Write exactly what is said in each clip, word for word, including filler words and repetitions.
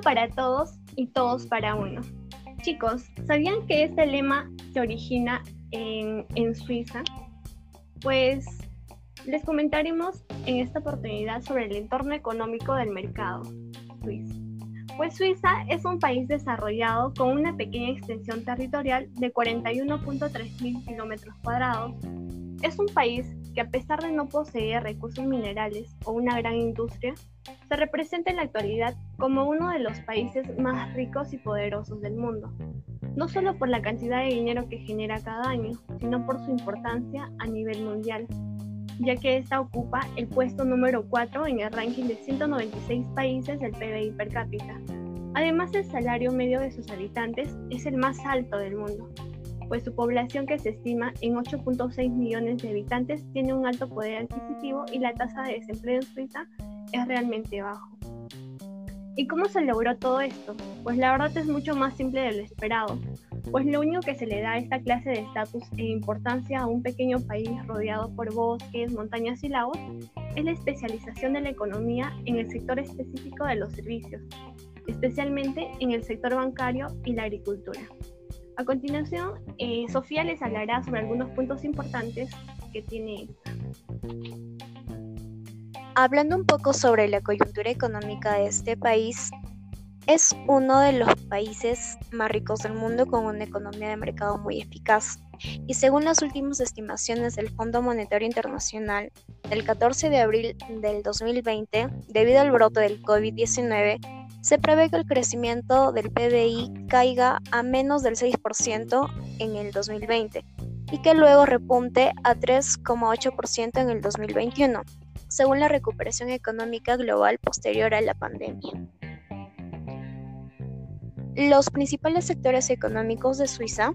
para todos y todos para uno. Chicos, ¿sabían que este lema se origina en, en Suiza? Pues les comentaremos en esta oportunidad sobre el entorno económico del mercado suizo. Pues Suiza es un país desarrollado con una pequeña extensión territorial de cuarenta y uno punto tres mil kilómetros cuadrados. Es un país que, a pesar de no poseer recursos minerales o una gran industria, se representa en la actualidad como uno de los países más ricos y poderosos del mundo, no solo por la cantidad de dinero que genera cada año, sino por su importancia a nivel mundial, ya que esta ocupa el puesto número cuatro en el ranking de ciento noventa y seis países del P B I per cápita. Además, el salario medio de sus habitantes es el más alto del mundo, pues su población, que se estima en ocho punto seis millones de habitantes, tiene un alto poder adquisitivo y la tasa de desempleo en Suiza es realmente bajo. ¿Y cómo se logró todo esto? Pues la verdad es mucho más simple de lo esperado, pues lo único que se le da a esta clase de estatus e importancia a un pequeño país rodeado por bosques, montañas y lagos es la especialización de la economía en el sector específico de los servicios, especialmente en el sector bancario y la agricultura. A continuación, eh, Sofía les hablará sobre algunos puntos importantes que tiene esta. Hablando un poco sobre la coyuntura económica de este país, es uno de los países más ricos del mundo con una economía de mercado muy eficaz. Y según las últimas estimaciones del Fondo Monetario Internacional, del catorce de abril del dos mil veinte, debido al brote del COVID diecinueve, se prevé que el crecimiento del P B I caiga a menos del seis por ciento en el dos mil veinte y que luego repunte a tres coma ocho por ciento en el dos mil veintiuno, según la recuperación económica global posterior a la pandemia. Los principales sectores económicos de Suiza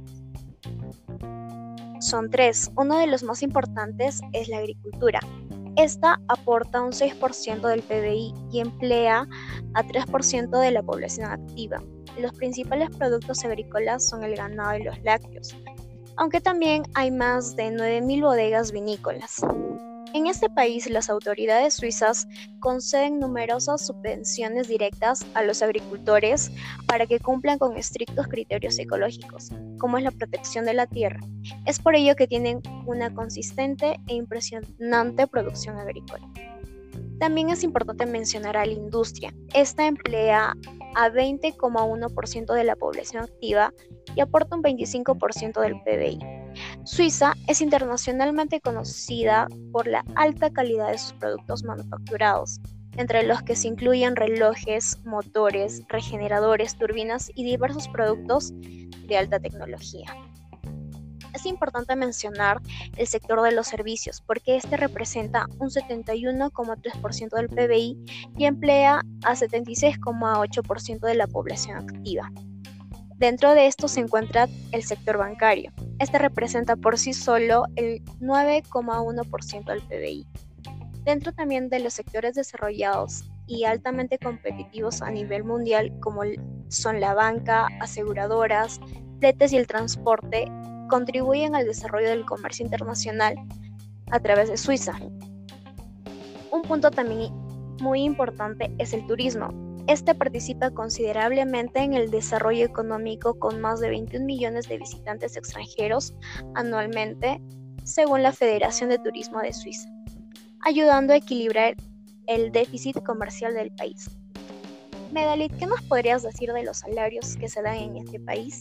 son tres. Uno de los más importantes es la agricultura. Esta aporta un seis por ciento del P B I y emplea a tres por ciento de la población activa. Los principales productos agrícolas son el ganado y los lácteos, aunque también hay más de nueve mil bodegas vinícolas. En este país, las autoridades suizas conceden numerosas subvenciones directas a los agricultores para que cumplan con estrictos criterios ecológicos, como es la protección de la tierra. Es por ello que tienen una consistente e impresionante producción agrícola. También es importante mencionar a la industria. Esta emplea a veinte coma uno por ciento de la población activa y aporta un veinticinco por ciento del P B I. Suiza es internacionalmente conocida por la alta calidad de sus productos manufacturados, entre los que se incluyen relojes, motores, regeneradores, turbinas y diversos productos de alta tecnología. Es importante mencionar el sector de los servicios, porque este representa un setenta y uno coma tres por ciento del P B I y emplea a setenta y seis coma ocho por ciento de la población activa. Dentro de esto se encuentra el sector bancario. Este representa por sí solo el nueve coma uno por ciento del P B I. Dentro también de los sectores desarrollados y altamente competitivos a nivel mundial, como son la banca, aseguradoras, fletes y el transporte, contribuyen al desarrollo del comercio internacional a través de Suiza. Un punto también muy importante es el turismo. Este participa considerablemente en el desarrollo económico con más de veintiún millones de visitantes extranjeros anualmente, según la Federación de Turismo de Suiza, ayudando a equilibrar el déficit comercial del país. Medalit, ¿qué nos podrías decir de los salarios que se dan en este país?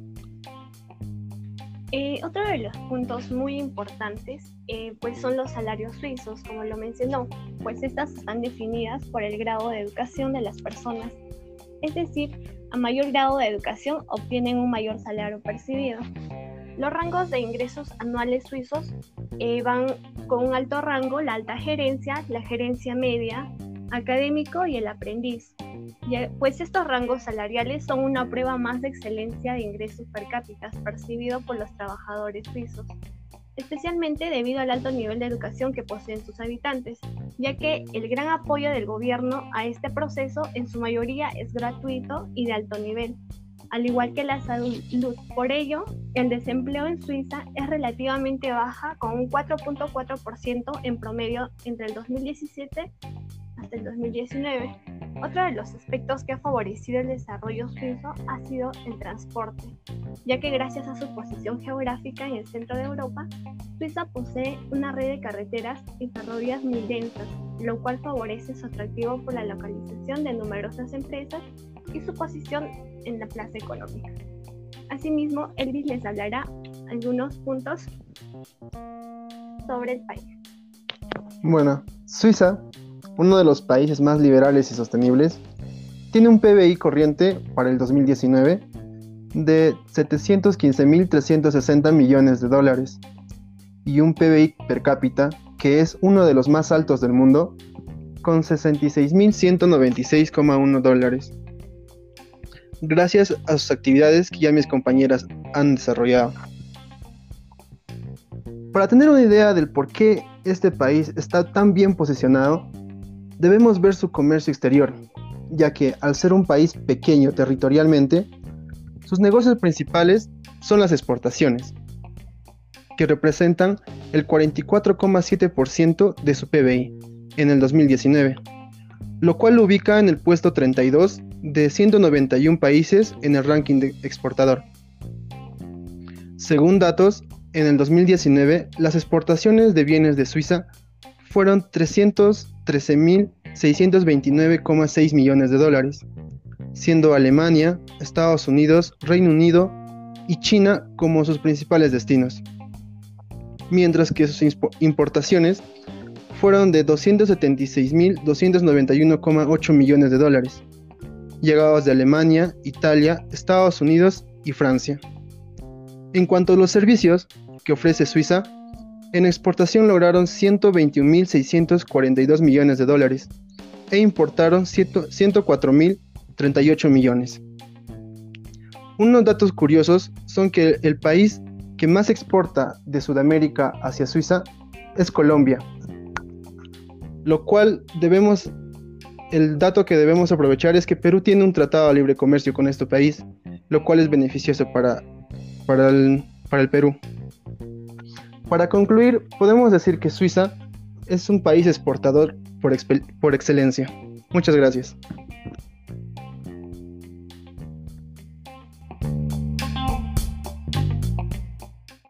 Eh, otro de los puntos muy importantes eh, pues son los salarios suizos, como lo mencionó, pues estas están definidas por el grado de educación de las personas. Es decir, a mayor grado de educación obtienen un mayor salario percibido. Los rangos de ingresos anuales suizos eh, van con un alto rango: la alta gerencia, la gerencia media, académico y el aprendiz. Pues estos rangos salariales son una prueba más de excelencia de ingresos per cápita percibido por los trabajadores suizos, especialmente debido al alto nivel de educación que poseen sus habitantes, ya que el gran apoyo del gobierno a este proceso en su mayoría es gratuito y de alto nivel, al igual que la salud. Por ello, el desempleo en Suiza es relativamente baja, con un cuatro punto cuatro por ciento en promedio entre el dos mil diecisiete hasta el dos mil diecinueve. Otro de los aspectos que ha favorecido el desarrollo suizo ha sido el transporte, ya que gracias a su posición geográfica en el centro de Europa, Suiza posee una red de carreteras y ferrovías muy densas, lo cual favorece su atractivo por la localización de numerosas empresas y su posición en la plaza económica. Asimismo, Elvis les hablará algunos puntos sobre el país. Bueno, Suiza, uno de los países más liberales y sostenibles, tiene un P B I corriente para el dos mil diecinueve de setecientos quince mil trescientos sesenta millones de dólares y un P B I per cápita que es uno de los más altos del mundo con sesenta y seis mil ciento noventa y seis coma uno dólares, gracias a sus actividades que ya mis compañeras han desarrollado. Para tener una idea del por qué este país está tan bien posicionado, debemos ver su comercio exterior, ya que al ser un país pequeño territorialmente, sus negocios principales son las exportaciones, que representan el cuarenta y cuatro coma siete por ciento de su P B I en el dos mil diecinueve, lo cual lo ubica en el puesto treinta y dos de ciento noventa y uno países en el ranking de exportador. Según datos, en el dos mil diecinueve, las exportaciones de bienes de Suiza fueron trescientos trece mil seiscientos veintinueve coma seis millones de dólares, siendo Alemania, Estados Unidos, Reino Unido y China como sus principales destinos, mientras que sus importaciones fueron de doscientos setenta y seis mil doscientos noventa y uno coma ocho millones de dólares, llegados de Alemania, Italia, Estados Unidos y Francia. En cuanto a los servicios que ofrece Suiza, en exportación lograron ciento veintiún mil seiscientos cuarenta y dos millones de dólares e importaron ciento cuatro mil treinta y ocho millones. Unos datos curiosos son que el país que más exporta de Sudamérica hacia Suiza es Colombia, lo cual debemos, el dato que debemos aprovechar es que Perú tiene un tratado de libre comercio con este país, lo cual es beneficioso para, para, el, para el Perú. Para concluir, podemos decir que Suiza es un país exportador por, por excelencia. Muchas gracias.